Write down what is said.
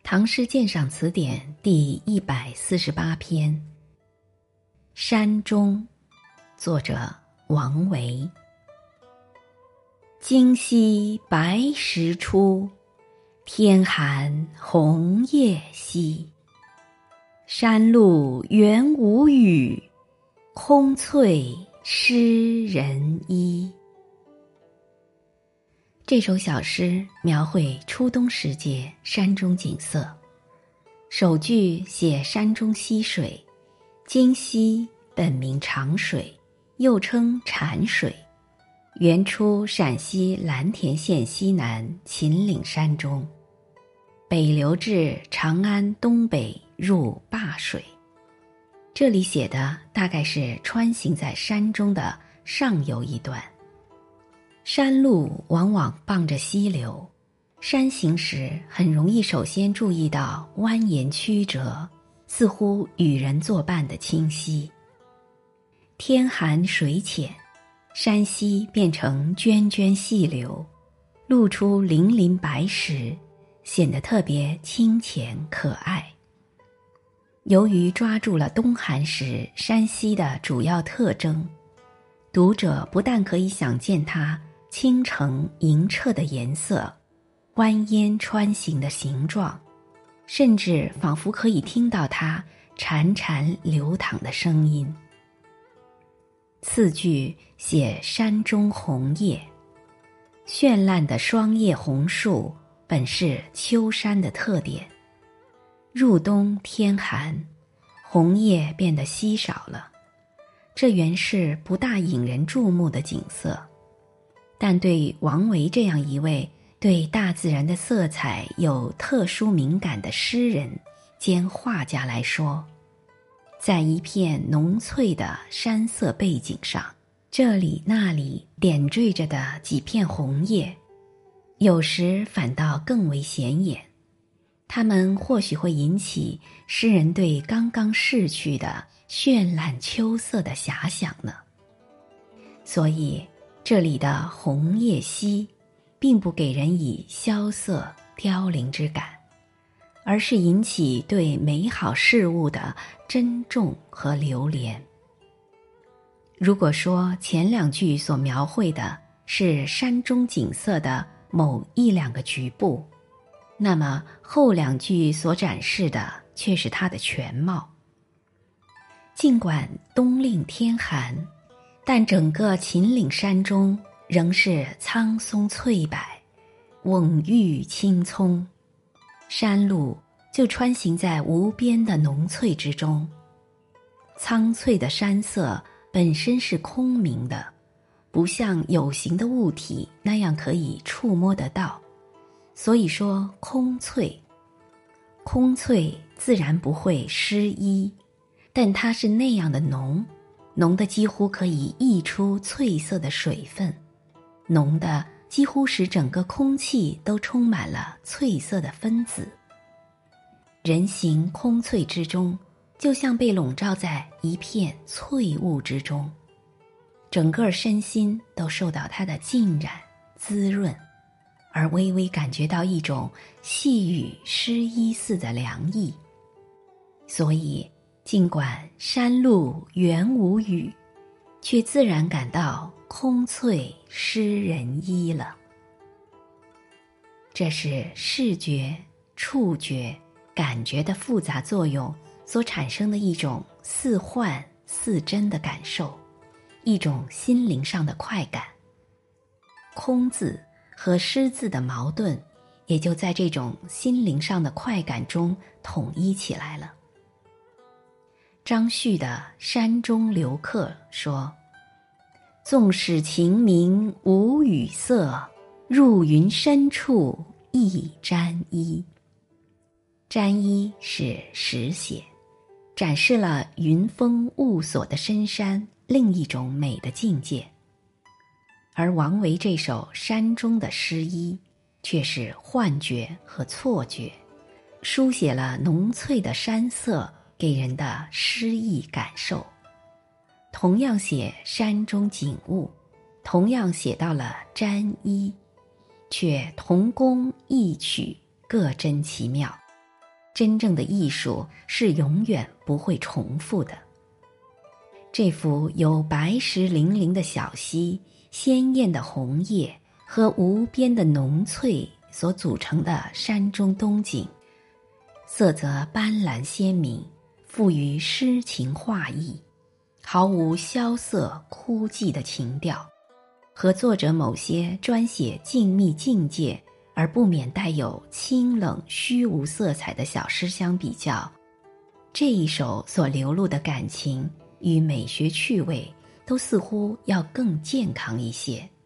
唐诗鉴赏词典第148篇。山中，作者王维。今夕白石出，天寒红叶稀。山路原无雨，空翠湿人衣。这首小诗描绘初冬时节山中景色。首句写山中溪水，今溪本名长水，又称禅水，原出陕西蓝田县西南秦岭山中，北流至长安东北入灞水。这里写的大概是穿行在山中的上游一段。山路往往傍着溪流，山行时很容易首先注意到蜿蜒曲折，似乎与人作伴的清溪。天寒水浅，山溪变成涓涓细流，露出粼粼白石，显得特别清浅可爱。由于抓住了冬寒时山溪的主要特征，读者不但可以想见它清澄莹澈的颜色，蜿蜒穿行的形状，甚至仿佛可以听到它潺潺流淌的声音。次句写山中红叶，绚烂的双叶红树本是秋山的特点。入冬天寒，红叶变得稀少了，这原是不大引人注目的景色。但对王维这样一位对大自然的色彩有特殊敏感的诗人兼画家来说，在一片浓翠的山色背景上，这里那里点缀着的几片红叶，有时反倒更为显眼。它们或许会引起诗人对刚刚逝去的绚烂秋色的遐想呢。所以这里的红叶稀并不给人以萧瑟凋零之感，而是引起对美好事物的珍重和留恋。如果说前两句所描绘的是山中景色的某一两个局部，那么后两句所展示的却是它的全貌。尽管冬令天寒，但整个秦岭山中仍是苍松翠柏，蓊郁青葱，山路就穿行在无边的浓翠之中。苍翠的山色本身是空明的，不像有形的物体那样可以触摸得到，所以说空翠。空翠自然不会湿衣，但它是那样的浓，浓的几乎可以溢出翠色的水分，浓的几乎使整个空气都充满了翠色的分子。人行空翠之中，就像被笼罩在一片翠雾之中，整个身心都受到它的浸染滋润，而微微感觉到一种细雨湿衣似的凉意。所以尽管山路原无雨，却自然感到空翠湿人衣了。这是视觉、触觉、感觉的复杂作用所产生的一种似幻似真的感受，一种心灵上的快感。空字和湿字的矛盾也就在这种心灵上的快感中统一起来了。张旭的《山中留客》说：纵使晴明无雨色，入云深处亦沾衣。沾衣是实写，展示了云峰雾锁的深山另一种美的境界。而王维这首山中的诗意却是幻觉和错觉，书写了浓翠的山色给人的诗意感受。同样写山中景物，同样写到了沾衣，却同工异曲，各真奇妙。 真正的艺术是永远不会重复的。这幅由白石粼粼的小溪、鲜艳的红叶和无边的浓翠所组成的山中冬景，色泽斑斓鲜明，富于诗情画意，毫无萧瑟枯寂的情调。和作者某些专写静谧境界而不免带有清冷虚无色彩的小诗相比较，这一首所流露的感情与美学趣味都似乎要更健康一些。